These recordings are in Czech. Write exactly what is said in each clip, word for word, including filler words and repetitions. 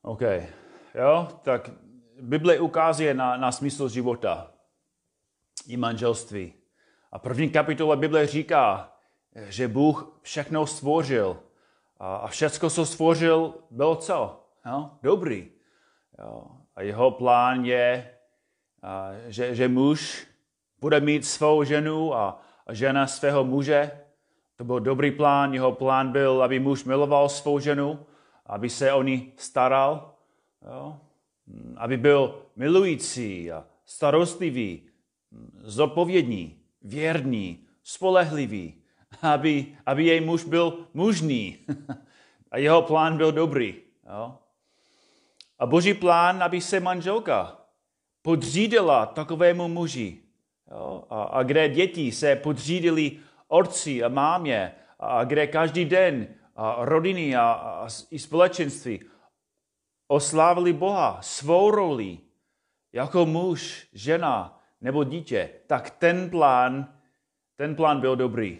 OK, jo, tak Bible ukazuje na, na smysl života i manželství. A první kapitola Bible říká, že Bůh všechno stvořil a, a všecko, co stvořil, bylo co? Jo? Dobrý. Jo. A jeho plán je, a, že, že muž bude mít svou ženu a, a žena svého muže. To byl dobrý plán. Jeho plán byl, aby muž miloval svou ženu, aby se o ní staral, jo? Aby byl milující a starostlivý, zodpovědný, věrný, spolehlivý, aby, aby jej muž byl mužný. A jeho plán byl dobrý. Jo? A Boží plán, aby se manželka podřídila takovému muži. Jo? A, a kde děti se podřídili otci a mámě, a kde každý den a rodiny a, a i společenství oslávili Boha svou roli jako muž, žena nebo dítě, tak ten plán, ten plán byl dobrý.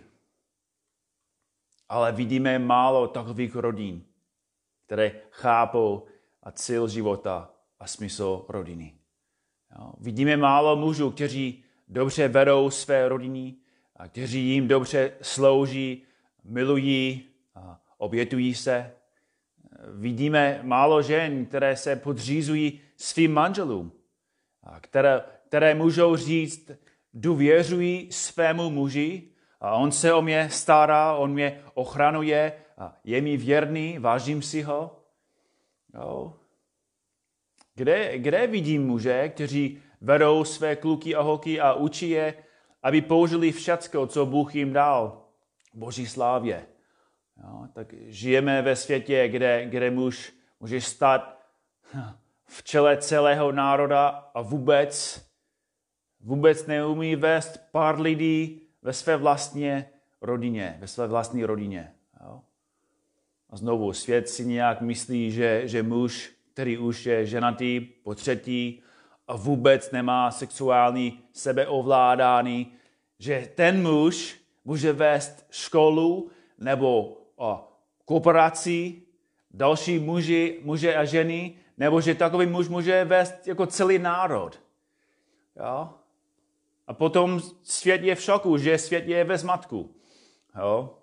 Ale vidíme málo takových rodin, které chápou a cíl života a smysl rodiny. Jo. Vidíme málo mužů, kteří dobře vedou své rodiny a kteří jim dobře slouží, milují a obětují se. Vidíme málo žen, které se podřízují svým manželům, a které, které můžou říct, důvěřují svému muži a on se o mě stará, on mě ochranuje a je mi věrný, vážím si ho. Jo. Kde, kde vidím muže, kteří vedou své kluky a holky a učí je, aby použili všecko, co Bůh jim dal, Boží slávě. Jo, tak žijeme ve světě, kde, kde muž může stát v čele celého národa a vůbec, vůbec neumí vést pár lidí ve své vlastní rodině, ve své vlastní rodině. Jo. A znovu, svět si nějak myslí, že, že muž, který už je ženatý po třetí a vůbec nemá sexuální sebeovládání, že ten muž může vést školu nebo o kooperaci, další muži, muže a ženy, nebo že takový muž může vést jako celý národ. Jo? A potom svět je v šoku, že svět je ve zmatku. Jo?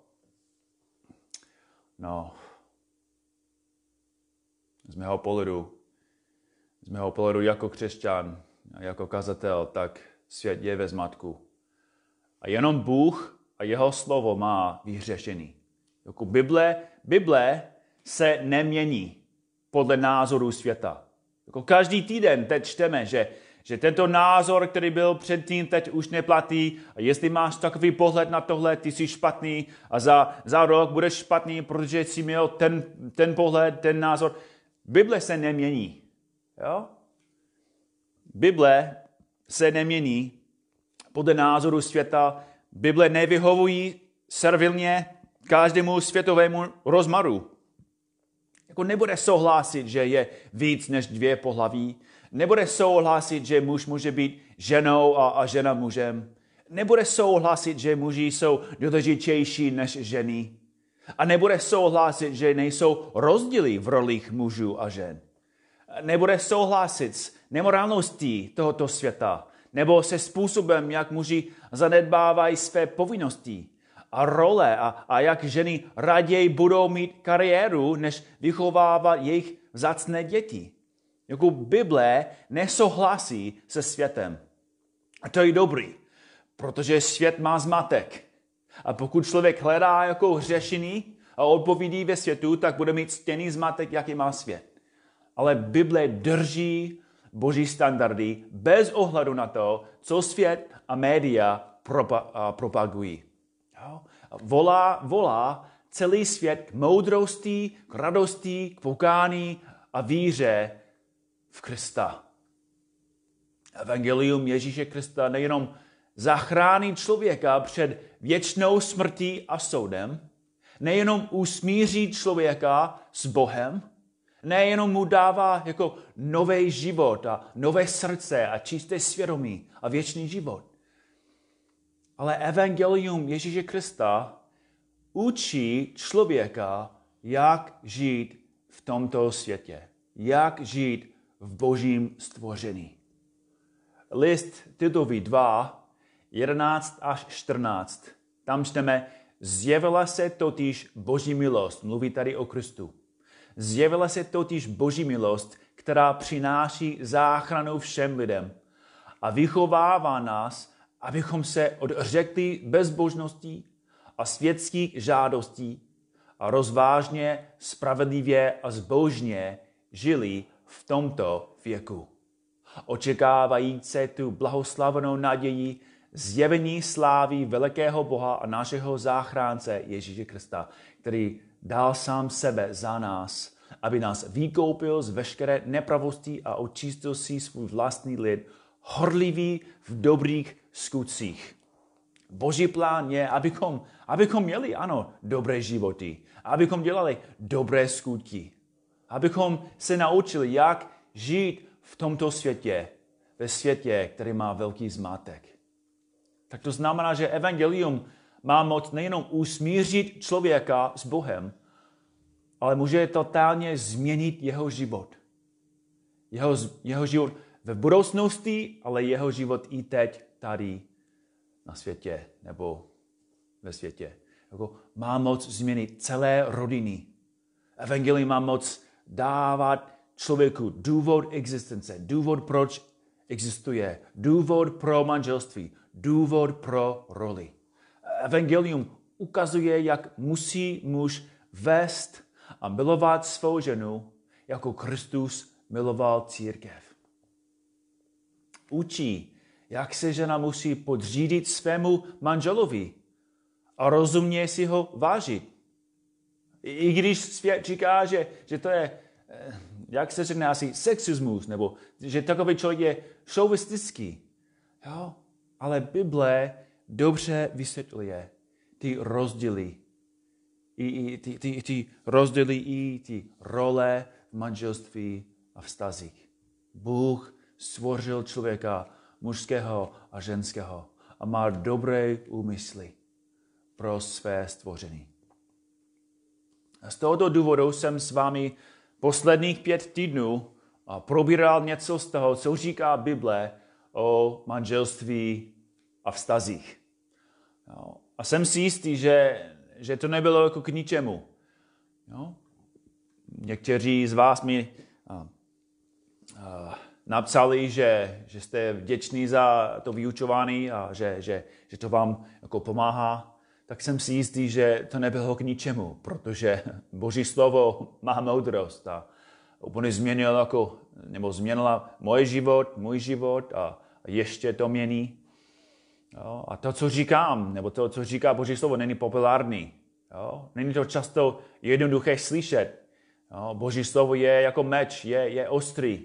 No. Z mého pohledu, z mého pohledu jako křesťan, jako kazatel, tak svět je ve zmatku. A jenom Bůh a jeho slovo má vyřešení. Jako Bible, Bible se nemění podle názoru světa. Jako každý týden teď čteme, že, že tento názor, který byl předtím, teď už neplatí. A jestli máš takový pohled na tohle, ty jsi špatný a za, za rok budeš špatný, protože jsi měl ten, ten pohled, ten názor. Bible se nemění. Jo? Bible se nemění podle názoru světa. Bible nevyhovují servilně každému světovému rozmaru. Jako nebude souhlasit, že je víc než dvě pohlaví. Nebude souhlasit, že muž může být ženou a, a žena mužem. Nebude souhlasit, že muži jsou důležitější než ženy. A nebude souhlasit, že nejsou rozdíly v rolích mužů a žen. Nebude souhlasit s nemorálností tohoto světa nebo se způsobem, jak muži zanedbávají své povinnosti a role a, a jak ženy raději budou mít kariéru, než vychovávat jejich vzácné děti. Jako Bible nesouhlasí se světem. A to je dobrý, protože svět má zmatek. A pokud člověk hledá jako řešení a odpovědí ve světu, tak bude mít stejný zmatek, jaký má svět. Ale Bible drží Boží standardy bez ohledu na to, co svět a média propa- propagují. Jo? Volá, volá celý svět k moudrosti, k radosti, k pokání a víře v Krista. Evangelium Ježíše Krista nejenom zachrání člověka před věčnou smrtí a soudem, nejenom usmíří člověka s Bohem, nejenom mu dává jako nový život a nové srdce a čisté svědomí a věčný život. Ale evangelium Ježíše Krista učí člověka, jak žít v tomto světě. jak žít v božím stvoření. List Titovi dva, jedenáct až čtrnáct. Tam čteme, zjevila se totiž boží milost, mluví tady o Kristu. Zjevila se totiž boží milost, která přináší záchranu všem lidem a vychovává nás, abychom se odřekli bezbožností a světských žádostí a rozvážně, spravedlivě a zbožně žili v tomto věku. Očekávajíce tu blahoslavenou naději zjevení slávy velikého Boha a našeho záchránce Ježíše Krista, který dal sám sebe za nás, aby nás vykoupil z veškeré nepravosti a očistil si svůj vlastní lid, horlivý v dobrých skutcích. Boží plán je, abychom, abychom měli, ano, dobré životy, abychom dělali dobré skutky, abychom se naučili, jak žít v tomto světě, ve světě, který má velký zmatek. Tak to znamená, že evangelium má moc nejenom usmířit člověka s Bohem, ale může totálně změnit jeho život. Jeho, jeho život v budoucnosti, ale jeho život i teď tady na světě nebo ve světě. Jako má moc změnit celé rodiny. Evangelium má moc dávat člověku důvod existence, důvod, proč existuje, důvod pro manželství, důvod pro roli. Evangelium ukazuje, jak musí muž vést a milovat svou ženu, jako Kristus miloval církev. Učí, jak se žena musí podřídit svému manželovi a rozumně si ho vážit. I když svět říká, že, že to je, jak se řekne asi, sexismus, nebo že takový člověk je šovistický. Jo? Ale Bible dobře vysvětluje ty rozdíly. I, i, ty, ty, ty rozdíly i ty role v manželství a vztazích. Bůh stvořil člověka mužského a ženského a má dobré úmysly pro své stvoření. A z tohoto důvodu jsem s vámi posledních pět týdnů probíral něco z toho, co říká Bible o manželství a vztazích. A jsem si jistý, že, že to nebylo jako k ničemu. Jo? Někteří z vás mi a, a, napsali, že, že jste vděční za to vyučování a že, že, že to vám jako pomáhá. Tak jsem si jistý, že to nebylo k ničemu, protože Boží slovo má moudrost a úplně změnil jako, nebo změnila můj život, můj život a ještě to mění. Jo? A to, co říkám, nebo to, co říká Boží slovo, není populární. Jo? Není to často jednoduché slyšet. Jo? Boží slovo je jako meč, je, je ostrý.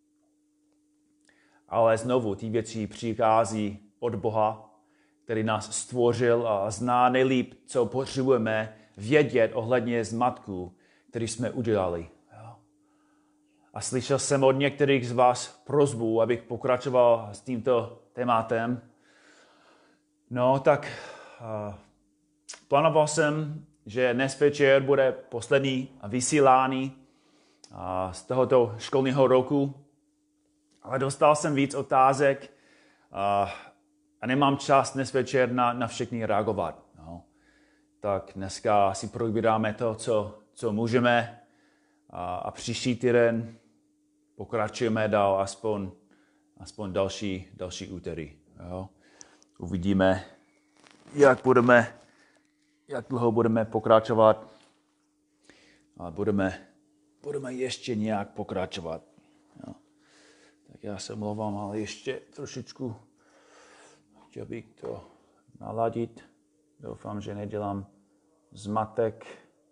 Ale znovu ty věci přichází od Boha, který nás stvořil a zná nejlíp, co potřebujeme vědět ohledně zmatku, který jsme udělali. A slyšel jsem od některých z vás prosbu, abych pokračoval s tímto tématem. No, tak uh, plánoval jsem, že dnes večer bude poslední vysílání uh, z tohoto školního roku, ale dostal jsem víc otázek uh, a nemám čas dnes večer na, na všechny reagovat. No. Tak dneska si probíráme to, co, co můžeme a, a příští týden pokračujeme dál aspoň, aspoň další, další úterý. Jo. Uvidíme, jak budeme, jak dlouho budeme pokračovat. A budeme, budeme ještě nějak pokračovat. Jo. Tak já se mluvám, ale ještě trošičku chtěl bych to naladit. Doufám, že nedělám zmatek.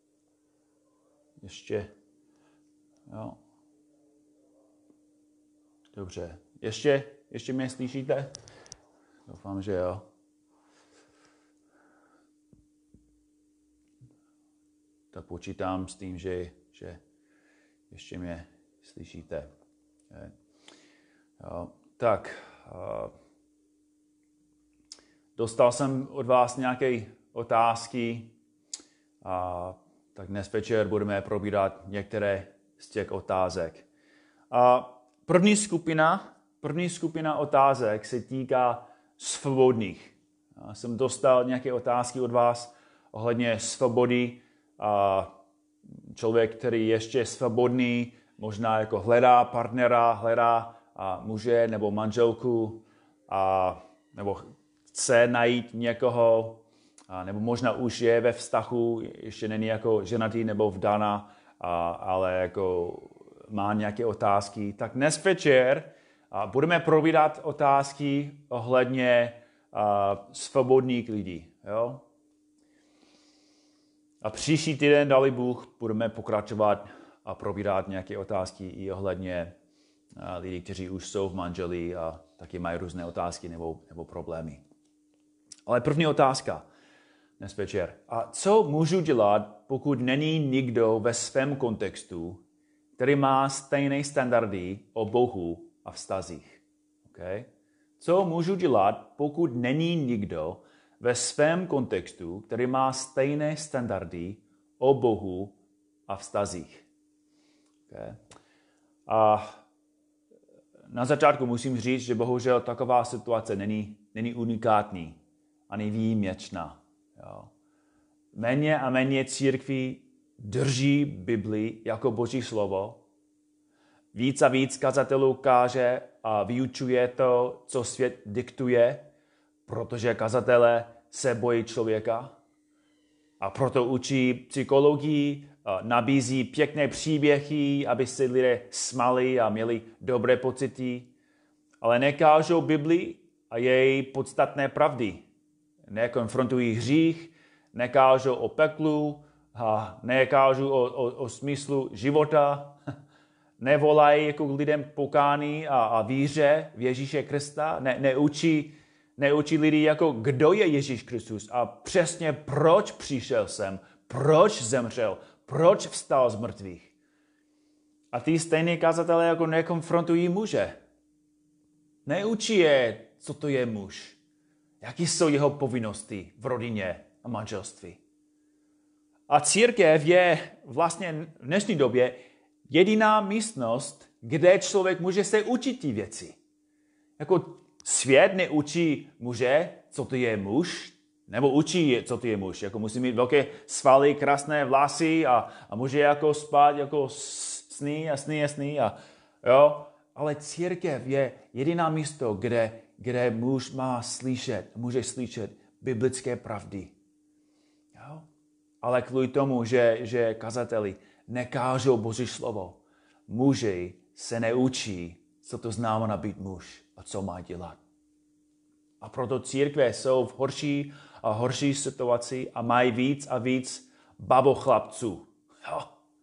Ještě. Jo. Dobře. Ještě, ještě mě slyšíte? Doufám, že jo. Tak počítám s tím, že, že ještě mě slyšíte. Jo. Tak. Uh, Dostal jsem od vás nějaké otázky, a tak dnes večer budeme probírat některé z těch otázek. A první skupina, první skupina otázek se týká svobodných. Já jsem dostal nějaké otázky od vás ohledně svobody. A člověk, který ještě je svobodný, možná jako hledá partnera, hledá a muže nebo manželku, a, nebo chce najít někoho, a, nebo možná už je ve vztahu, ještě není jako ženatý nebo vdana, a, ale jako má nějaké otázky. Tak dnes večer a, budeme probírat otázky ohledně a, svobodných lidí. Jo? A příští týden, dali Bůh, budeme pokračovat a probírat nějaké otázky i ohledně lidí, kteří už jsou v manželí a taky mají různé otázky nebo, nebo problémy. Ale první otázka dnes večer. A co můžu dělat, pokud není nikdo ve svém kontextu, který má stejné standardy o Bohu a vztazích? Okay? Co můžu dělat, pokud není nikdo ve svém kontextu, který má stejné standardy o Bohu a vztazích? Okay. A na začátku musím říct, že bohužel taková situace není, není unikátní, ani výjimečná. Jo. Méně a méně církví drží Bibli jako Boží slovo. Víc a víc kazatelů káže a vyučuje to, co svět diktuje, protože kazatelé se bojí člověka a proto učí psychologii, nabízí pěkné příběhy, aby se lidé smali a měli dobré pocity, ale nekážou Bibli a její podstatné pravdy. Nekonfrontují hřích, nekážou o peklu, a nekážou o, o, o smyslu života, nevolají jako lidem pokání a, a víře v Ježíše Krista, ne, neučí Neučí lidi jako, kdo je Ježíš Kristus a přesně proč přišel sem, proč zemřel, proč vstal z mrtvých. A ty stejné kazatelé jako nekonfrontují muže. Neučí je, co to je muž. Jaký jsou jeho povinnosti v rodině a manželství. A církev je vlastně v dnešní době jediná místnost, kde člověk může se učit ty věci. Jako svět neučí muže, co to je muž, nebo učí, co to je muž. Jako musí mít velké svaly, krásné vlasy a, a může jako spát jako sny a sny a sny. A, jo? Ale církev je jediná místo, kde, kde muž má slyšet, může slyšet biblické pravdy. Jo? Ale kvůli tomu, že, že kazateli nekážou Boží slovo, muži se neučí, co to znamená být muž a co má dělat. A proto církve jsou v horší a horší situaci a mají víc a víc babochlapců. Jo.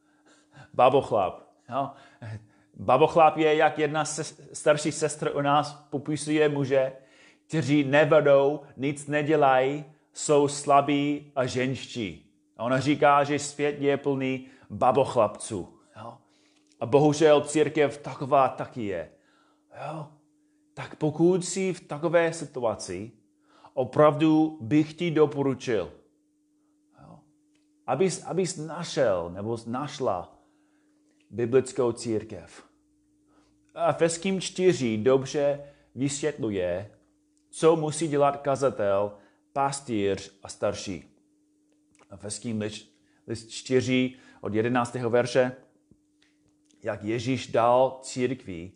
Babochlap. Jo. Babochlap je, jak jedna starší sestra u nás popisuje muže, kteří nevedou, nic nedělají, jsou slabí a ženští. A ona říká, že svět je plný babochlapců. Jo. A bohužel církev taková taky je. Jo. Tak pokud jsi v takové situaci, opravdu bych ti doporučil, jo, abys, abys našel nebo našla biblickou církev. A Efeským čtyři dobře vysvětluje, co musí dělat kazatel, pastýř a starší. Efeským list čtyři od jedenáctého verše, jak Ježíš dal církvi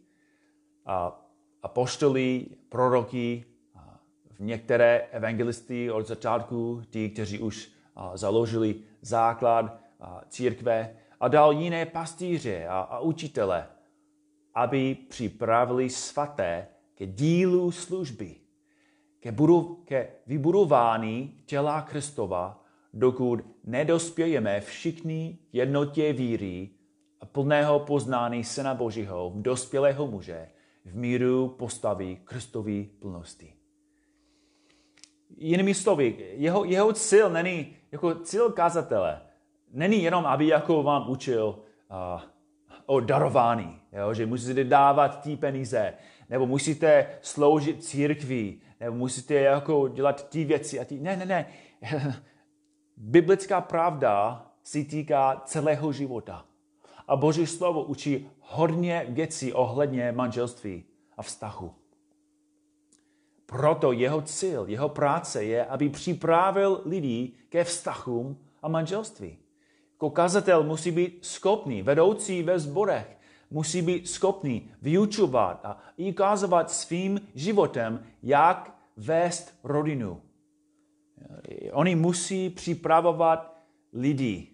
a apoštolí, proroky, v některé evangelisty od začátku, ti, kteří už založili základ církve, a dal jiné pastýře a, a učitele, aby připravili svaté ke dílu služby, ke, budu, ke vybudování těla Kristova, dokud nedospějeme všichni v jednotě víry a plného poznání Syna Božího, v dospělého muže, v míru postavy Kristovy plnosti. Jinými slovy, jeho, jeho cíl není, jako cíl kazatele, není jenom, aby jako vám učil uh, o darování, jo, že musíte dávat ty peníze, nebo musíte sloužit církvi, nebo musíte jako dělat ty věci a ty. Ne, ne, ne. Biblická pravda se týká celého života. A Boží slovo učí hodně věcí ohledně manželství a vztahu. Proto jeho cíl, jeho práce je, aby připravil lidi ke vztahům a manželství. Jako kazatel musí být schopný, vedoucí ve sborech, musí být schopný vyučovat a ukazovat svým životem, jak vést rodinu. Oni musí připravovat lidi,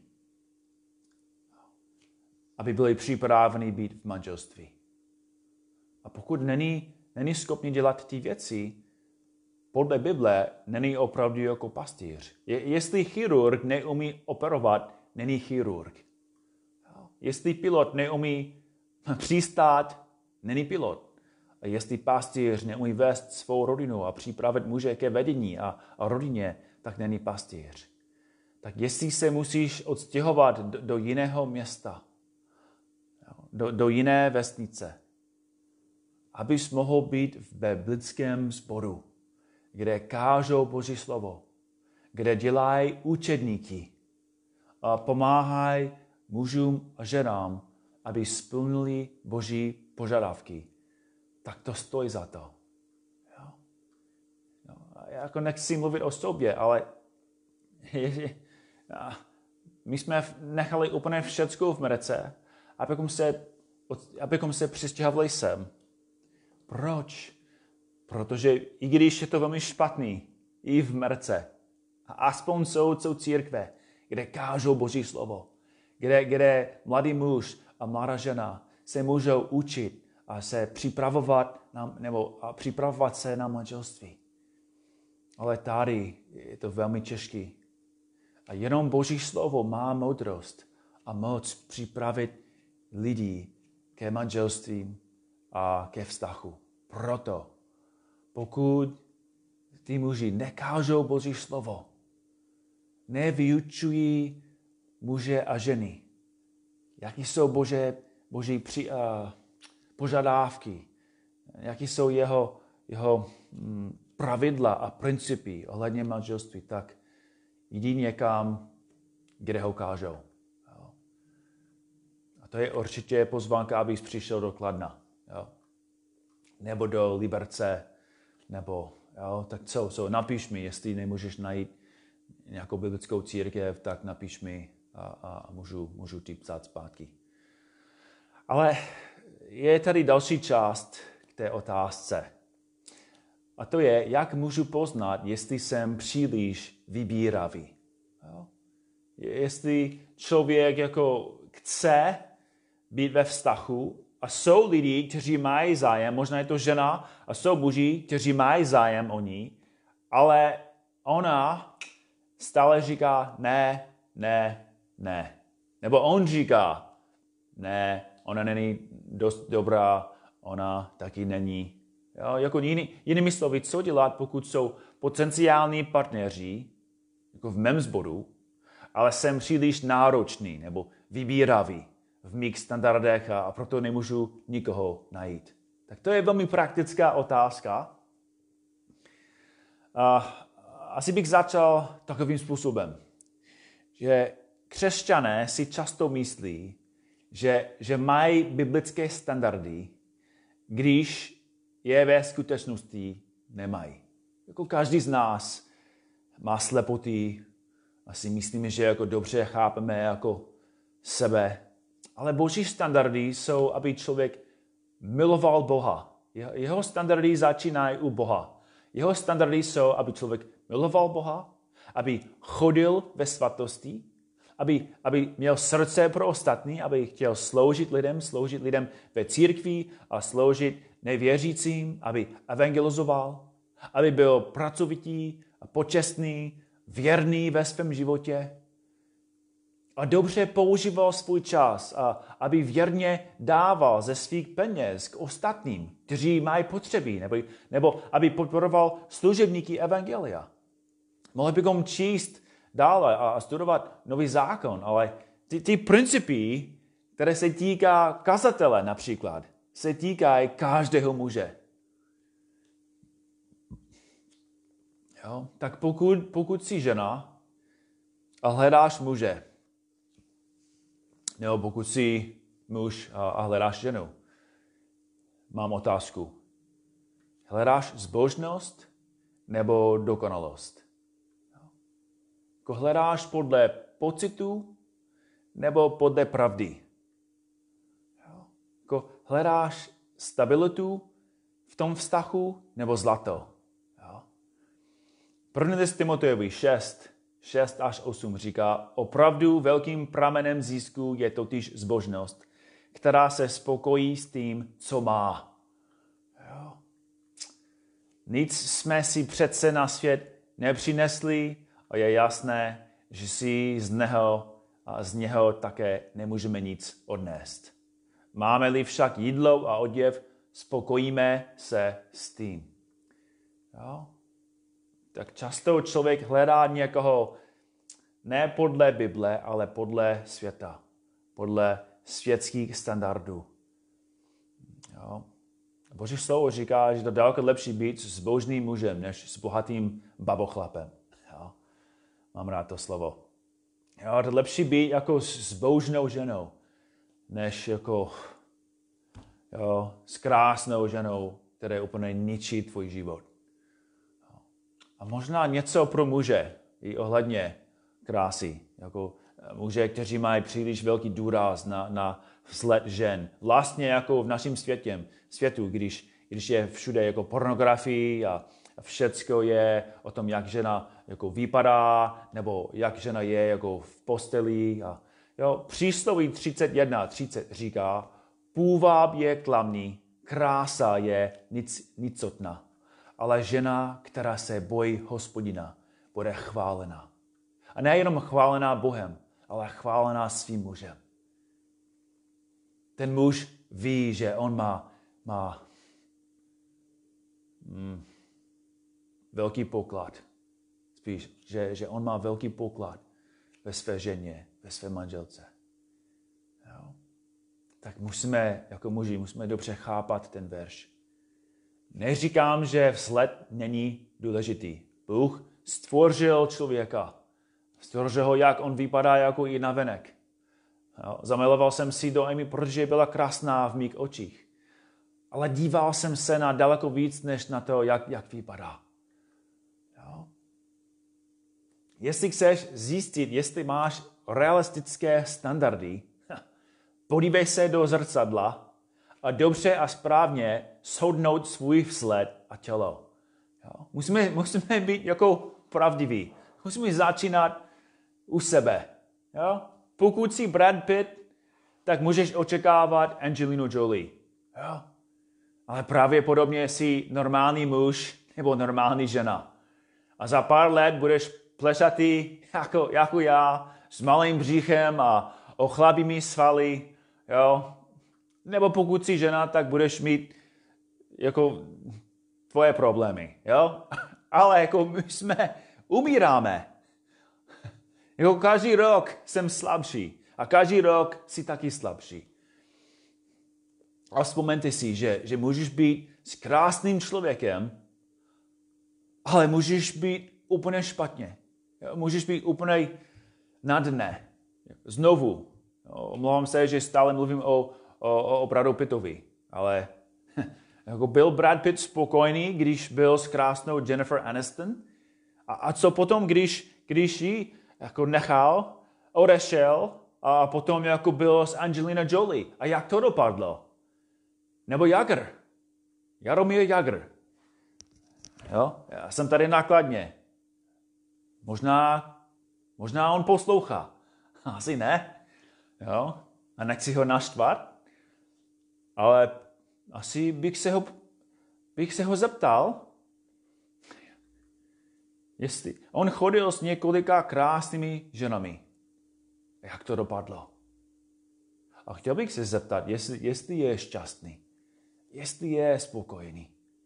aby byli připraveni být v manželství. A pokud není, není schopný dělat ty věci, podle Bible není opravdu jako pastýř. Je, jestli chirurg neumí operovat, není chirurg. Jestli pilot neumí přistát, není pilot. A jestli pastýř neumí vést svou rodinu a připravit muže ke vedení a, a rodině, tak není pastýř. Tak jestli se musíš odstěhovat do, do jiného města, do, do jiné vesnice, abys mohl být v biblickém sboru, kde kážou Boží slovo, kde dělají učedníky a pomáhají mužům a ženám, aby splnili Boží požadavky, tak to stojí za to. Jo? No, já jako nechci mluvit o sobě, ale my jsme nechali úplně všecko v Americe, abychom se, abychom se přistěhovali sem. Proč? Protože i když je to velmi špatný, i v Americe, a aspoň jsou, jsou církve, kde kážou Boží slovo, kde, kde mladý muž a mladá žena se můžou učit a se připravovat, na, nebo a připravovat se na manželství. Ale tady je to velmi těžké. A jenom Boží slovo má moudrost a moc připravit lidi ke manželství a ke vztahu. Proto, pokud ty muži nekážou Boží slovo, nevyučují muže a ženy, jaký jsou Bože, Boží při, uh, požadavky, jaký jsou jeho, jeho mm, pravidla a principy ohledně manželství, tak jdi někam, kde ho kážou. Jo. A to je určitě pozvánka, abys přišel do Kladna. Jo. Nebo do Liberce, nebo, jo, tak co, co, napiš mi, jestli nemůžeš najít nějakou biblickou církev, tak napiš mi a, a můžu, můžu ti psát zpátky. Ale je tady další část k té otázce. A to je, jak můžu poznat, jestli jsem příliš vybíravý. Jo? Jestli člověk jako chce být ve vztahu a jsou lidi, kteří mají zájem, možná je to žena, a jsou muži, kteří mají zájem o ní, ale ona stále říká ne, ne, ne. Nebo on říká ne, ona není dost dobrá, ona taky není. Jo, jako jiný, jinými slovy, co dělat, pokud jsou potenciální partneři, jako v mém sboru, ale jsem příliš náročný nebo vybíravý v mých standardech a, a proto nemůžu nikoho najít. Tak to je velmi praktická otázka. A asi bych začal takovým způsobem, že křesťané si často myslí, že, že mají biblické standardy, když je ve skutečnosti nemají. Jako každý z nás má slepoty, asi myslíme, že jako dobře chápeme jako sebe, ale Boží standardy jsou, aby člověk miloval Boha. Jeho standardy začínají u Boha. Jeho standardy jsou, aby člověk miloval Boha, aby chodil ve svatosti, aby, aby měl srdce pro ostatní, aby chtěl sloužit lidem, sloužit lidem ve církvi a sloužit nevěřícím, aby evangelizoval, aby byl pracovitý a počestný, věrný ve svém životě a dobře používal svůj čas a aby věrně dával ze svých peněz k ostatním, kteří mají potřeby, nebo, nebo aby podporoval služebníky evangelia. Mohli bychom číst dále a studovat nový zákon, ale ty, ty principy, které se týká kazatele například, se týkají každého muže. Jo? Tak pokud, pokud jsi žena a hledáš muže, nebo pokud jsi muž a, a hledáš ženu. Mám otázku. Hledáš zbožnost nebo dokonalost? Jako hledáš podle pocitu nebo podle pravdy? Jako hledáš stabilitu v tom vztahu nebo zlato? První list Timotejovi šest, šest až osm říká, opravdu velkým pramenem zisku je totiž zbožnost, která se spokojí s tím, co má. Jo. Nic jsme si přece na svět nepřinesli a je jasné, že si z něho a z něho také nemůžeme nic odnést. Máme-li však jídlo a oděv, spokojíme se s tím. Jo. Tak často člověk hledá někoho ne podle Bible, ale podle světa, podle světských standardů. Jo. Boží slovo říká, že to daleko lepší být s božným mužem, než s bohatým babochlapem. Jo. Mám rád to slovo. Jo, to je lepší být jako s božnou ženou, než jako jo, s krásnou ženou, která úplně ničí tvůj život. A možná něco pro muže i ohledně krásy. Jako muže, kteří mají příliš velký důraz na, na vzhled žen. Vlastně jako v našem světě, světu, když, když je všude jako pornografie a všecko je o tom, jak žena jako vypadá, nebo jak žena je jako v posteli. A, jo, přísloví třicet jedna třicet říká, půvab je klamný, krása je nic, nicotná. Ale žena, která se bojí Hospodina, bude chválená. A nejenom chválená Bohem, ale chválená svým mužem. Ten muž ví, že on má, má mm, velký poklad. Spíš, že, že on má velký poklad ve své ženě, ve své manželce. Jo? Tak musíme, jako muži, musíme dobře chápat ten verš. Neříkám, že vzhled není důležitý. Bůh stvořil člověka. Stvořil ho, jak on vypadá, jako i navenek. Zamiloval jsem si do Amy, protože byla krásná v mých očích. Ale díval jsem se na daleko víc, než na to, jak, jak vypadá. Jo? Jestli chceš zjistit, jestli máš realistické standardy, podívej se do zrcadla a dobře a správně shodnout svůj vzhled a tělo. Jo? Musíme, musíme být jako pravdiví. Musíme začínat u sebe. Jo? Pokud jsi Brad Pitt, tak můžeš očekávat Angelinu Jolie. Jo? Ale pravděpodobně jsi normální muž nebo normální žena. A za pár let budeš plešatý jako, jako já, s malým břichem a ochlabými svaly. Jo? Nebo pokud jsi žena, tak budeš mít jako tvoje problémy. Jo? Ale jako my jsme, umíráme. Jako každý rok jsem slabší. A každý rok jsi taky slabší. A vzpomeňte si, že, že můžeš být s krásným člověkem, ale můžeš být úplně špatně. Jo? Můžeš být úplně na dne. Znovu. Jo? Omlouvám se, že stále mluvím o O, o Bradu Pittovi, ale jako byl Brad Pitt spokojený, když byl s krásnou Jennifer Aniston? A, a co potom, když, když ji jako nechal, odešel a potom jako byl s Angelina Jolie? A jak to dopadlo? Nebo Jagr? Jaromír Jagr. Jo? Já jsem tady nákladně. Možná, možná on poslouchá. Asi ne. Jo? A nechci ho naštvat. Ale asi bych se ho, bych se ho zeptal, jestli on chodil s několika krásnými ženami. Jak to dopadlo? A chtěl bych se zeptat, jestli, jestli je šťastný, jestli je spokojený.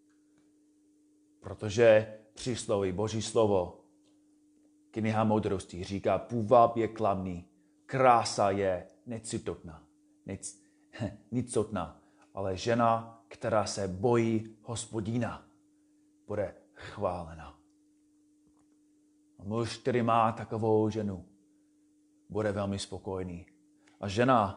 Protože přísloví, Boží slovo, kniha moudrosti říká, půvab je klamný, krása je necitotná. Nic, nicotná, ale žena, která se bojí Hospodina, bude chválena. A muž, který má takovou ženu, bude velmi spokojený. A žena,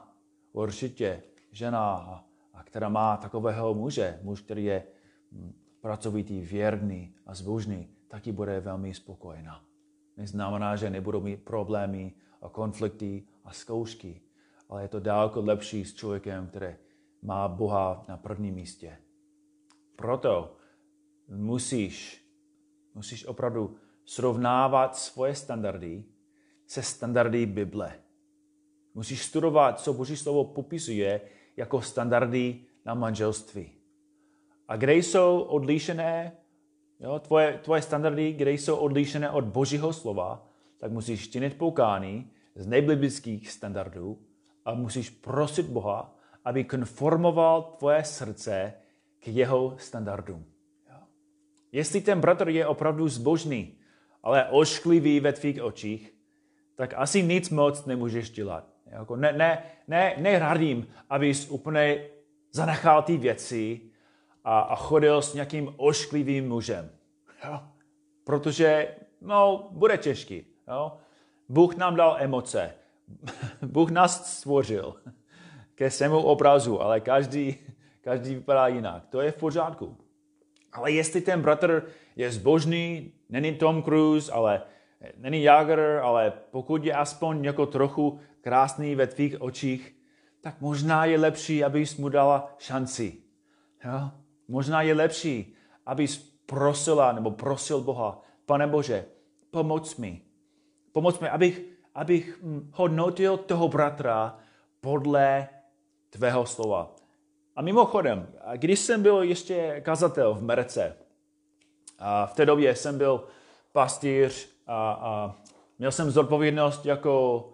určitě žena, a která má takového muže, muž, který je pracovitý, věrný a zbožný, taky bude velmi spokojená. Neznamená, že nebudou mít problémy a konflikty a zkoušky, ale je to daleko lepší s člověkem, který má Boha na prvním místě. Proto musíš, musíš opravdu srovnávat svoje standardy se standardy Bible. Musíš studovat, co Boží slovo popisuje jako standardy na manželství. A kde jsou odlišené, jo, tvoje, tvoje standardy, kde jsou odlišené od Božího slova, tak musíš činit poukání z nejbiblických standardů a musíš prosit Boha, aby konformoval tvoje srdce k jeho standardům. Jo. Jestli ten bratr je opravdu zbožný, ale ošklivý ve tvých očích, tak asi nic moc nemůžeš dělat. Jako ne, ne, ne, neradím, abys úplně zanechal ty věci a, a chodil s nějakým ošklivým mužem. Jo? Protože no, bude těžký. Jo? Bůh nám dal emoce. Bůh nás stvořil ke svému obrazu, ale každý, každý vypadá jinak. To je v pořádku. Ale jestli ten bratr je zbožný, není Tom Cruise, ale není Jagger, ale pokud je aspoň jako trochu krásný ve tvých očích, tak možná je lepší, abys mu dala šanci. Jo? Možná je lepší, abys prosila nebo prosil Boha, Pane Bože, pomoc mi. Pomoc mi, abych, abych hodnotil toho bratra podle tvého slova. A mimochodem, když jsem byl ještě kazatel v Merce, a v té době jsem byl pastýř a, a měl jsem zodpovědnost jako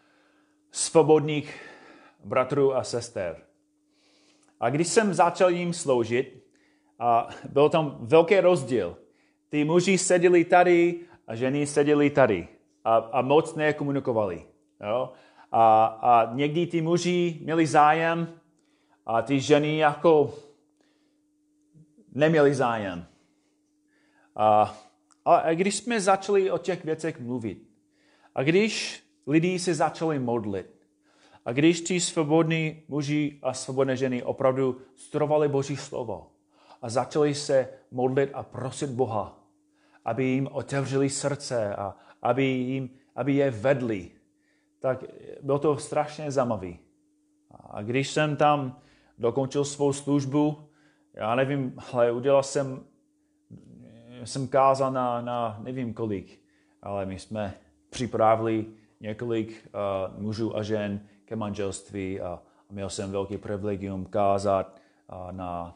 svobodných bratrů a sester. A když jsem začal jim sloužit, a byl tam velký rozdíl. Ty muži seděli tady a ženy seděli tady a, a moc nekomunikovali. Jo? A, a někdy ty muži měli zájem a ty ženy jako neměli zájem. A, a když jsme začali o těch věcech mluvit a když lidi se začali modlit a když ti svobodní muži a svobodné ženy opravdu studovali Boží slovo a začali se modlit a prosit Boha, aby jim otevřeli srdce a aby, jim, aby je vedli, tak bylo to strašně zajímavé. A když jsem tam dokončil svou službu, já nevím, ale udělal jsem, jsem kázal na, na nevím kolik, ale my jsme připravili několik uh, mužů a žen ke manželství a, a měl jsem velký privilegium kázat uh, na,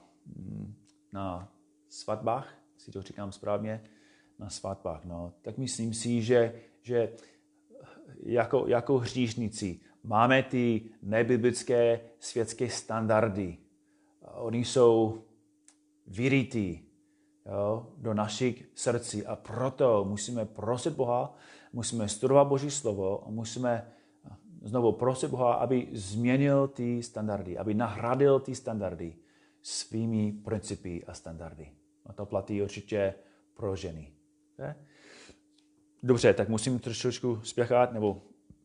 na svatbách, si to říkám správně, na svatbách. No. Tak myslím si, že, že jako, jako hříšníci máme ty nebiblické světské standardy. Oni jsou vyrytý do našich srdcí a proto musíme prosit Boha, musíme studovat Boží slovo a musíme znovu prosit Boha, aby změnil ty standardy, aby nahradil ty standardy svými principy a standardy. A to platí určitě pro ženy. Okay? Dobře, tak musím trošičku spěchat, nebo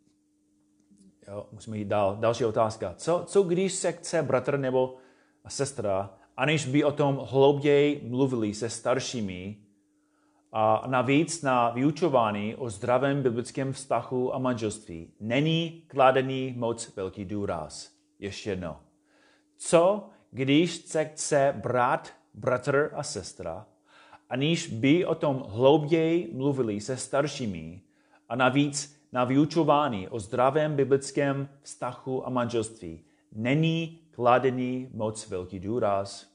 jo, musíme jít dál. Další otázka. Co, co když se chce bratr nebo sestra, aniž by o tom hlouběji mluvili se staršími a navíc na vyučování o zdravém biblickém vztahu a manželství není kladený moc velký důraz. Ještě jedno. Co když se chce brat, bratr a sestra, aniž by o tom hlouběji mluvili se staršími a navíc na vyučování o zdravém biblickém vztahu a manželství není kladený moc velký důraz.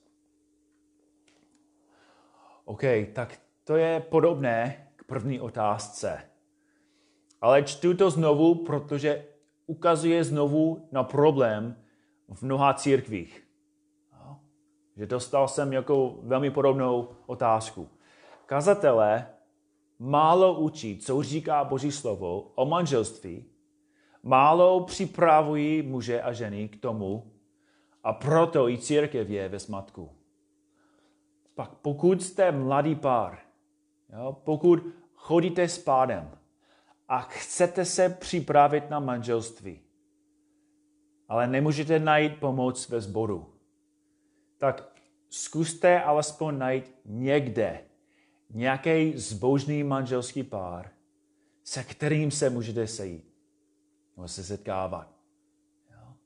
OK, tak to je podobné k první otázce. Ale čtu to znovu, protože ukazuje znovu na problém v mnoha církvích. Že dostal jsem jako velmi podobnou otázku. Kazatelé málo učí, co říká Boží slovo o manželství, málo připravují muže a ženy k tomu a proto i církev je ve zmatku. Pak pokud jste mladý pár, jo, pokud chodíte s pádem a chcete se připravit na manželství, ale nemůžete najít pomoc ve sboru, tak zkuste alespoň najít někde nějaký zbožný manželský pár, se kterým se můžete sejít nebo se setkávat. Jo?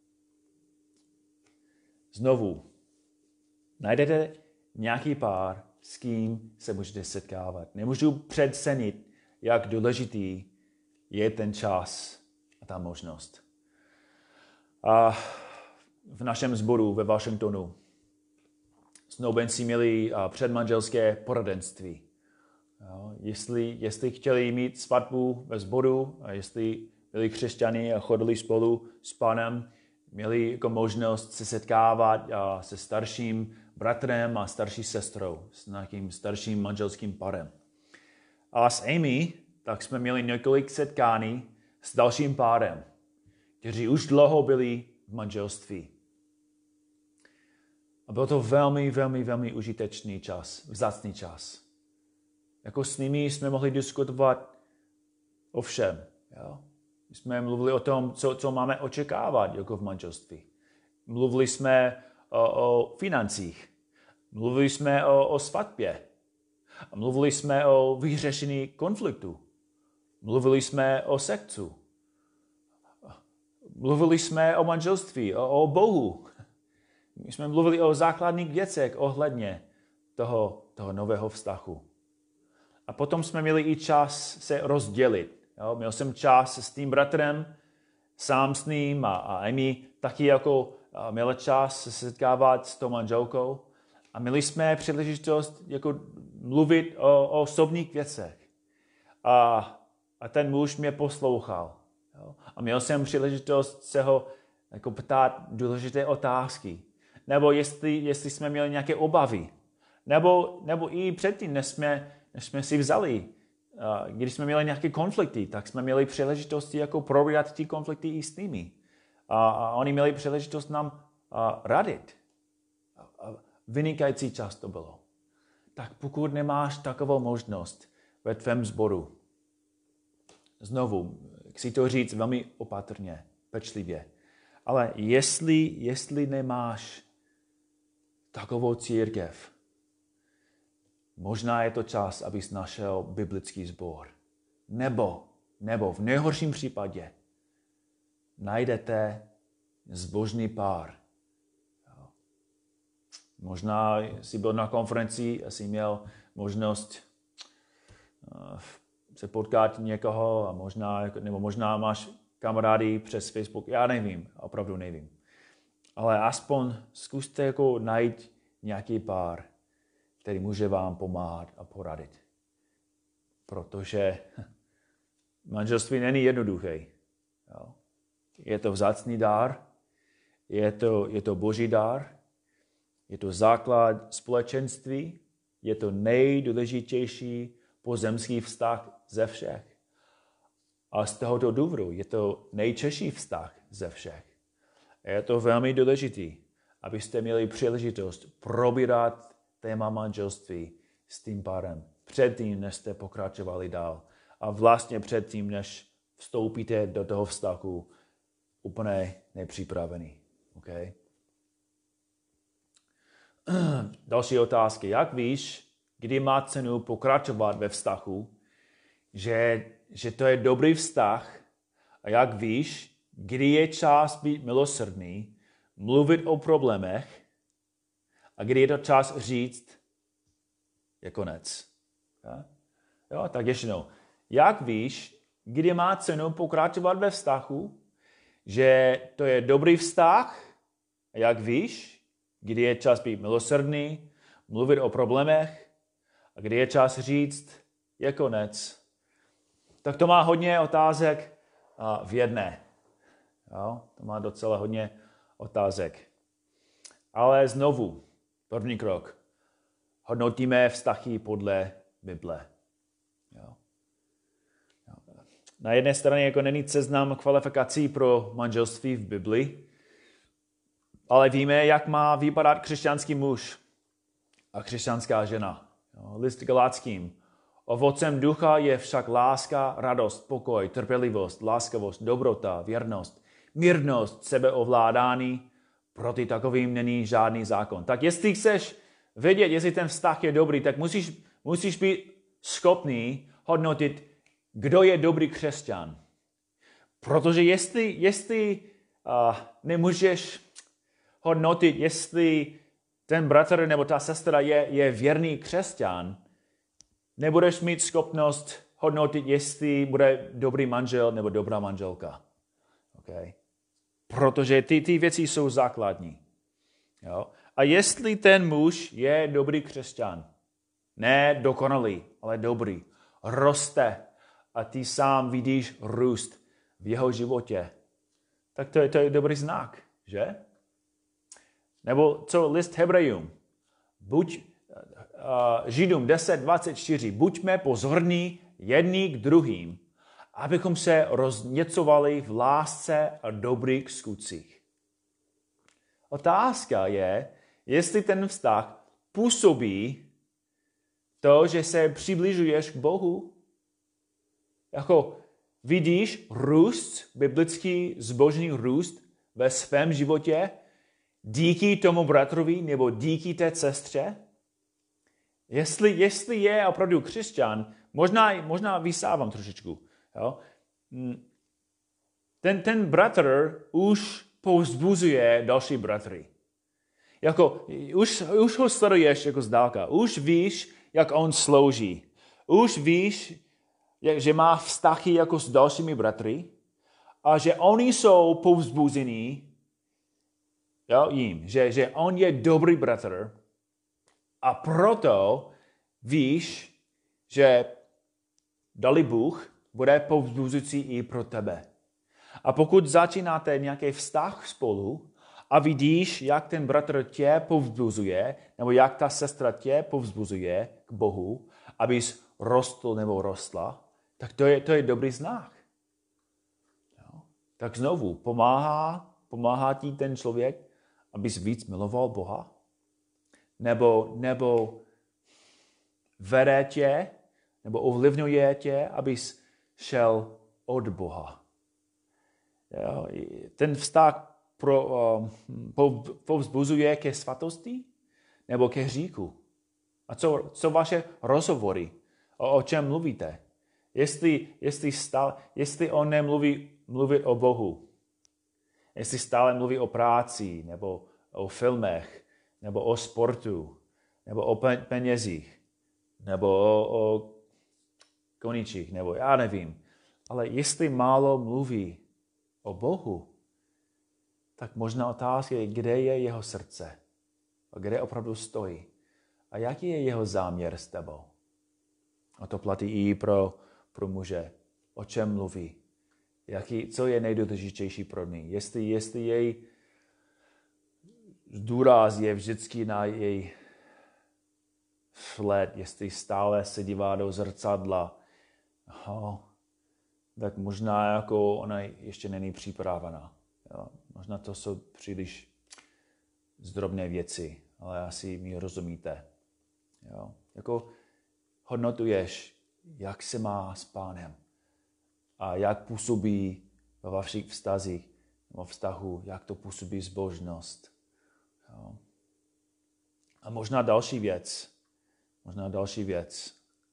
Znovu, najdete nějaký pár, s kým se můžete setkávat. Nemůžu předcenit, jak důležitý je ten čas a ta možnost. A v našem sboru ve Washingtonu snoubenci měli předmanželské poradenství. Jo, jestli, jestli chtěli mít svatbu ve sboru a jestli byli křesťani a chodili spolu s Pánem, měli jako možnost se setkávat a se starším bratrem a starší sestrou, s nějakým starším manželským párem. A s Amy tak jsme měli několik setkání s dalším párem, kteří už dlouho byli v manželství. A byl to velmi, velmi, velmi užitečný čas, vzácný čas. Jako s nimi jsme mohli diskutovat o všem. Jo? My jsme mluvili o tom, co, co máme očekávat jako v manželství. Mluvili jsme o, o financích. Mluvili jsme o, o svatbě. A mluvili jsme o vyřešení konfliktu. Mluvili jsme o sexu. Mluvili jsme o manželství, o, o Bohu. My jsme mluvili o základních věcech ohledně toho, toho nového vztahu. A potom jsme měli i čas se rozdělit. Jo? Měl jsem čas s tím bratrem, sám s ním a, a Amy taky jako měla čas se setkávat s tou manželkou. A měli jsme příležitost jako mluvit o, o osobních věcech. A, a ten muž mě poslouchal. Jo? A měl jsem příležitost se ho jako ptát důležité otázky. Nebo jestli, jestli jsme měli nějaké obavy. Nebo, nebo i předtím, než jsme, než jsme si vzali. Když jsme měli nějaké konflikty, tak jsme měli příležitosti jako probírat ty konflikty i s nimi. A, a oni měli příležitost nám a, radit. A, a vynikající čas to bylo. Tak pokud nemáš takovou možnost ve tvém sboru, znovu, chci to říct velmi opatrně, pečlivě, ale jestli, jestli nemáš takovou církev, možná je to čas, abys našel biblický sbor. Nebo, nebo v nejhorším případě najdete zbožný pár. Možná jsi byl na konferenci a jsi měl možnost se potkat někoho a možná, nebo možná máš kamarády přes Facebook. Já nevím, opravdu nevím. Ale aspoň zkuste jako najít nějaký pár, který může vám pomáhat a poradit. Protože manželství není jednoduché. Jo. Je to vzácný dar, je to, je to boží dar, je to základ společenství, je to nejdůležitější pozemský vztah ze všech. A z tohoto důvodu je to nejčešší vztah ze všech. Je to velmi důležité, abyste měli příležitost probírat téma manželství s tím párem předtím, než jste pokračovali dál. A vlastně předtím, než vstoupíte do toho vztahu úplně nepřipravený. Okay? Další otázky. Jak víš, kdy má cenu pokračovat ve vztahu, že, že to je dobrý vztah, a jak víš, kdy je čas být milosrdný, mluvit o problémech a kdy je to čas říct, je konec. Ja? Jo, tak ještě jednou. Jak víš, kdy má cenu pokračovat ve vztahu, že to je dobrý vztah a jak víš, kdy je čas být milosrdný, mluvit o problémech a kdy je čas říct, je konec. Tak to má hodně otázek v jedné. Jo? To má docela hodně otázek. Ale znovu, první krok. Hodnotíme vztahy podle Bible. Jo? Na jedné straně jako není seznam kvalifikací pro manželství v Bibli, ale víme, jak má vypadat křesťanský muž a křesťanská žena. Jo? List Galatským. Ovocem ducha je však láska, radost, pokoj, trpělivost, láskavost, dobrota, věrnost, mírnost, sebeovládání, proti takovým není žádný zákon. Tak jestli chceš vědět, jestli ten vztah je dobrý, tak musíš, musíš být schopný hodnotit, kdo je dobrý křesťan. Protože jestli, jestli uh, nemůžeš hodnotit, jestli ten bratr nebo ta sestra je, je věrný křesťan, nebudeš mít schopnost hodnotit, jestli bude dobrý manžel nebo dobrá manželka. Okay? Protože ty, ty věci jsou základní. Jo? A jestli ten muž je dobrý křesťan, ne dokonalý, ale dobrý, roste a ty sám vidíš růst v jeho životě, tak to je, to je dobrý znak, že? Nebo co list Hebrejům? Buď uh, Židům deset dvacet čtyři. Buďme pozorní jedni k druhým, abychom se rozněcovali v lásce a dobrých skutcích. Otázka je, jestli ten vztah působí to, že se přibližuješ k Bohu. Jako vidíš růst, biblický zbožný růst ve svém životě díky tomu bratrovi nebo díky té sestře? Jestli, jestli je opravdu křesťan, možná, možná vysávám trošičku. Jo? Ten, ten bratr už povzbuzuje další bratry. Jako, už, už ho sleduješ jako zdálka. Už víš, jak on slouží. Už víš, jak, že má vztahy jako s dalšími bratry a že oni jsou povzbuzení jo, jim, že, že on je dobrý bratr a proto víš, že dali Bůh bude povzbuzující i pro tebe. A pokud začínáte nějaký vztah spolu a vidíš, jak ten bratr tě povzbuzuje, nebo jak ta sestra tě povzbuzuje k Bohu, abys rostl nebo rostla, tak to je, to je dobrý znak. Jo? Tak znovu, pomáhá, pomáhá ti ten člověk, abys víc miloval Boha? Nebo, nebo vede tě, nebo ovlivňuje tě, abys šel od Boha? Jo? Ten vztah pro, uh, povzbuzuje ke svatosti nebo ke hříchu? A co, co vaše rozhovory? O, o čem mluvíte? Jestli, jestli, stále, jestli on nemluví mluvit o Bohu, jestli stále mluví o práci, nebo o filmech, nebo o sportu, nebo o penězích, nebo o, o koničích, nebo já nevím. Ale jestli málo mluví o Bohu, tak možná otázka je, kde je jeho srdce a kde opravdu stojí a jaký je jeho záměr s tebou. A to platí i pro, pro muže. O čem mluví? Jaký, co je nejdůležitější pro ní? Jestli, jestli jej důraz je vždycky na její vhled, jestli stále se dívá do zrcadla, oh, tak možná jako ona ještě není připravená. Jo. Možná to jsou příliš zdrobné věci, ale asi mi rozumíte. Jo. Jako hodnotuješ, jak se má s Pánem a jak působí ve vašich vztazích, nebo vztahu, jak to působí zbožnost. Jo. A možná další věc, možná další věc.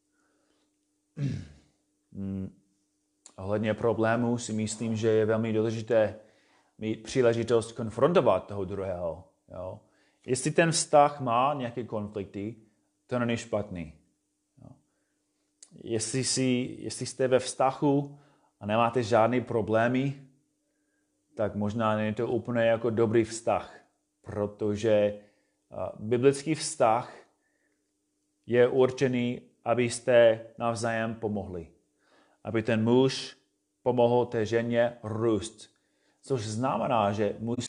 hmm. Ohledně problémů si myslím, že je velmi důležité mít příležitost konfrontovat toho druhého. Jo. Jestli ten vztah má nějaké konflikty, to není špatný. Jo. Jestli, si, jestli jste ve vztahu a nemáte žádné problémy, tak možná není to úplně jako dobrý vztah, protože biblický vztah je určený, abyste navzájem pomohli. Aby ten muž pomohl té ženě růst. Což znamená, že musí,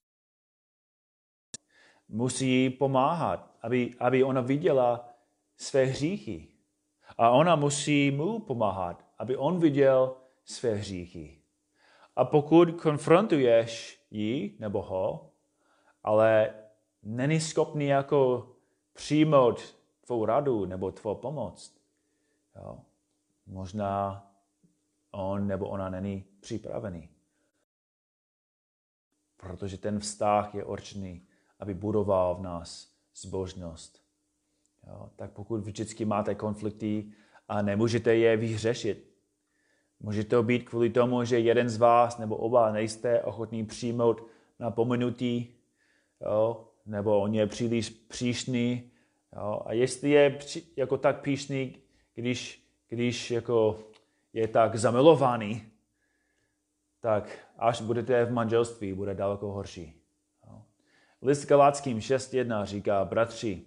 musí pomáhat, aby, aby ona viděla své hříchy. A ona musí mu pomáhat, aby on viděl své hříchy. A pokud konfrontuješ ji nebo ho, ale není schopný jako přijmout tvou radu nebo tvou pomoc, jo, možná on nebo ona není připravený. protože ten vztah je určený, aby budoval v nás zbožnost. Jo, tak pokud vždycky máte konflikty a nemůžete je vyřešit, může to být kvůli tomu, že jeden z vás nebo oba nejste ochotní přijmout napomenutí, jo, nebo on je příliš příšný. Jo, a jestli je při, jako tak příšný, když, když jako je tak zamilovaný, tak až budete v manželství, bude daleko horší. Jo. List Galackým šest jedna říká, bratři,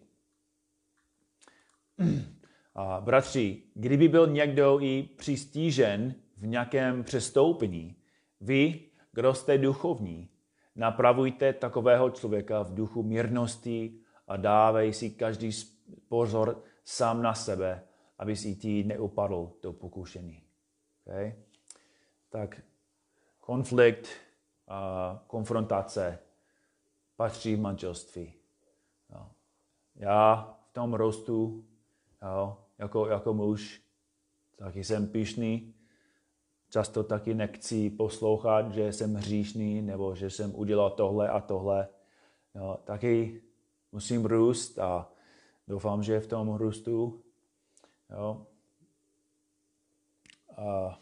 a bratři, kdyby byl někdo i přistížen v nějakém přestoupení, vy, kdo jste duchovní, napravujte takového člověka v duchu mírnosti a dávej si každý pozor sám na sebe, aby si ty neupadl do pokušení. Okay? Tak konflikt a konfrontace patří v manželství. No. Já v tom rostu jo, jako, jako muž taky jsem pyšný. Často taky nechci poslouchat, že jsem hříšný nebo že jsem udělal tohle a tohle. Jo, taky musím růst a doufám, že v tom růstu. Jo. A,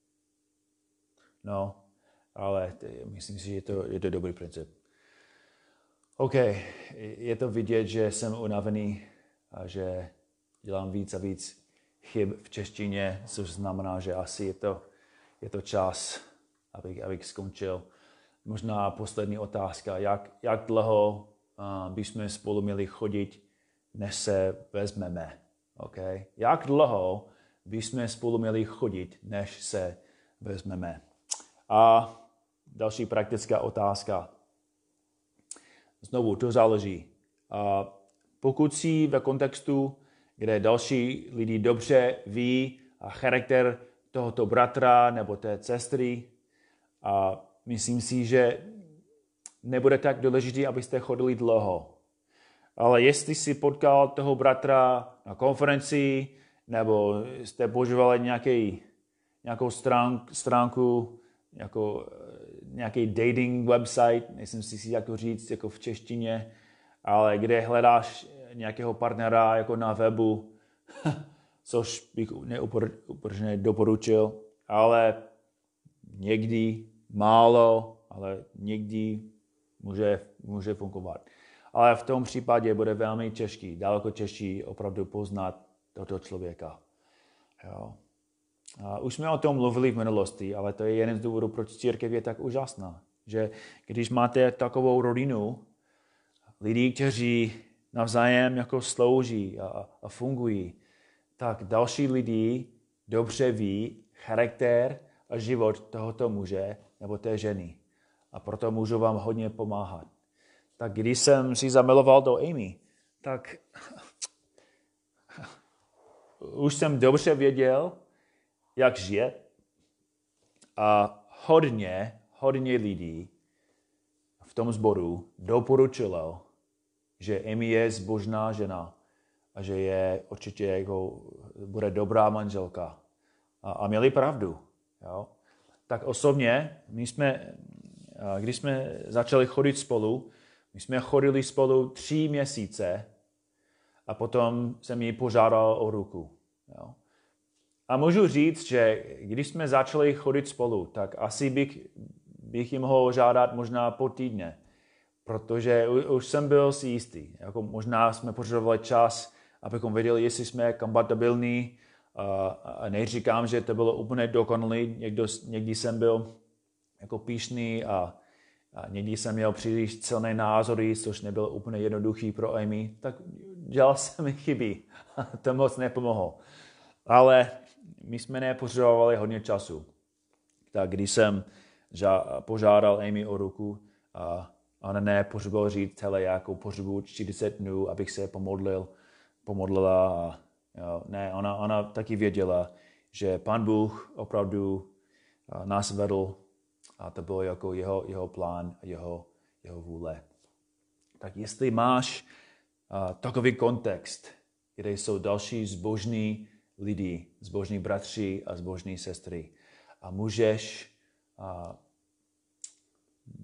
no, ale t- myslím si, že to, je to dobrý princip. OK, je to vidět, že jsem unavený a že dělám víc a víc chyb v češtině, což znamená, že asi je to, je to čas, abych, abych skončil. Možná poslední otázka, jak, jak dlouho uh, bychom spolu měli chodit, než se vezmeme. Okay? Jak dlouho bychom spolu měli chodit, než se vezmeme. A další praktická otázka. Znovu, to záleží. A pokud jsi ve kontextu, kde další lidi dobře ví a charakter tohoto bratra nebo té sestry, a myslím si, že nebude tak důležitý, abyste chodili dlouho. Ale jestli si potkal toho bratra na konferenci, nebo jste používali nějaký, nějakou stránk, stránku, jako, nějaký dating website, nejsem si jak to říct jako v češtině, ale kde hledáš nějakého partnera jako na webu, což bych neúplně doporučil, ale někdy málo, ale někdy může, může fungovat. Ale v tom případě bude velmi těžký, daleko těžší opravdu poznat tohoto člověka. Jo. A už jsme o tom mluvili v minulosti, ale to je jeden z důvodů, proč církev je tak úžasná. Že když máte takovou rodinu, lidi, kteří navzájem jako slouží a, a fungují, tak další lidi dobře ví charakter a život tohoto muže nebo té ženy. A proto můžu vám hodně pomáhat. Tak když jsem si zamiloval do Amy, tak už jsem dobře věděl, jak žije. A hodně, hodně lidí v tom sboru doporučilo, že Amy je zbožná žena a že je určitě jako, bude dobrá manželka. A, a měli pravdu. Jo? Tak osobně, my jsme, když jsme začali chodit spolu, my jsme chodili spolu tři měsíce a potom jsem ji požádal o ruku. Jo? A můžu říct, že když jsme začali chodit spolu, tak asi bych, bych ji mohl žádat možná po týdně, protože už jsem byl si jistý. Jako možná jsme potřebovali čas, abychom věděli, jestli jsme kompatibilní. A neříkám, že to bylo úplně dokonalý. Někdo, někdy jsem byl jako píšný a, a někdy jsem měl příliš silné názory, což nebylo úplně jednoduchý pro Amy. Tak dělal jsem chyby. To moc nepomohlo. Ale my jsme nepotřebovali hodně času. Tak když jsem požádal Amy o ruku, a ona nepotřebovala říct, hele, jako potřebuji čtyřicet dnů, abych se pomodlil, pomodlila. A, jo, ne, ona, ona taky věděla, že Pán Bůh opravdu nás vedl a to bylo jako jeho, jeho plán, jeho, jeho vůle. Tak jestli máš uh, takový kontext, kde jsou další zbožní lidi, zbožní bratři a zbožní sestry a můžeš uh,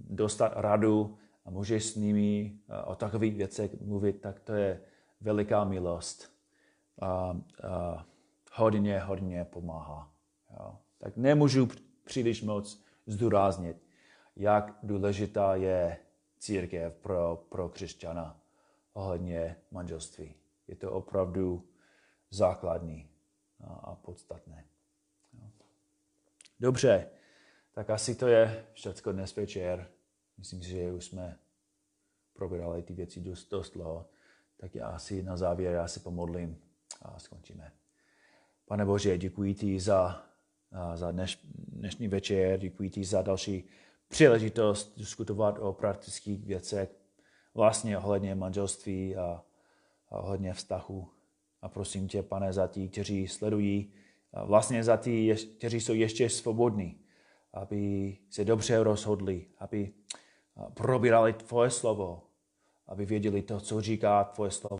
dostat radu a můžeš s nimi o takových věcech mluvit, tak to je veliká milost. A, a hodně, hodně pomáhá. Jo. Tak nemůžu příliš moc zdůraznit, jak důležitá je církev pro, pro křesťana ohledně manželství. Je to opravdu základní a, a podstatné. Jo. Dobře, tak asi to je všechno dnes večer. Myslím si, že už jsme probírali ty věci dost, dost dlouho. Tak já asi na závěr, já si pomodlím a skončíme. Pane Bože, děkuji ti za, za dneš, dnešní večer, děkuji ti za další příležitost diskutovat o praktických věcech, vlastně ohledně manželství a, a ohledně vztahu. A prosím tě, Pane, za ti, kteří sledují, vlastně za ti, kteří jsou ještě svobodní, aby se dobře rozhodli, aby probírali tvoje slovo, aby věděli to, co říká tvoje slovo.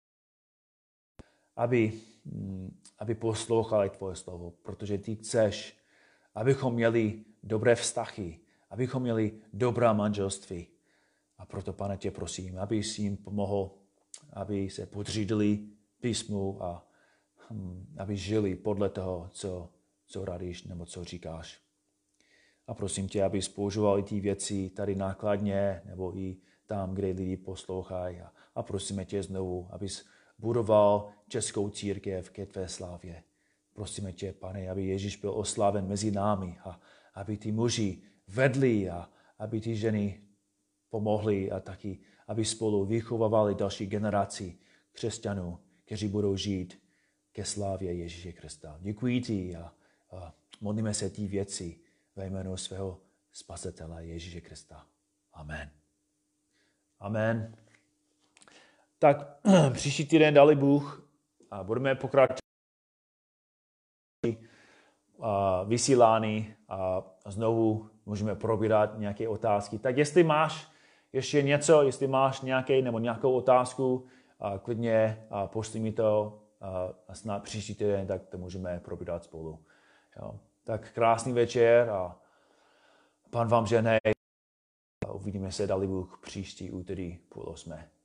Aby, aby poslouchali tvoje slovo, protože ty chceš, abychom měli dobré vztahy, abychom měli dobrá manželství. A proto, Pane, tě prosím, aby jsi jim pomohl, aby se podřídili písmu a hm, aby žili podle toho, co, co radíš nebo co říkáš. A prosím tě, aby používali ty věci tady nákladně nebo i tam, kde lidi poslouchají. A, a prosíme tě znovu, abys budoval českou církev ke tvé slávě. Prosíme tě, Pane, aby Ježíš byl osláven mezi námi a aby ty muži vedli a aby ty ženy pomohly a taky, aby spolu vychovávali další generaci křesťanů, kteří budou žít ke slávě Ježíše Krista. Děkuji ti a, a modlíme se ty věci ve jménu svého spasitele Ježíše Krista. Amen. Amen. Tak příští týden dali Bůh a budeme pokračovat vysílání a znovu můžeme probírat nějaké otázky. Tak jestli máš ještě něco, jestli máš nějaké nebo nějakou otázku, klidně pošli mi to a snad příští týden, tak to můžeme probírat spolu. Jo. Tak krásný večer a Pán vám žehnej. Uvidíme se, dali Bůh, příští úterý půl osmé.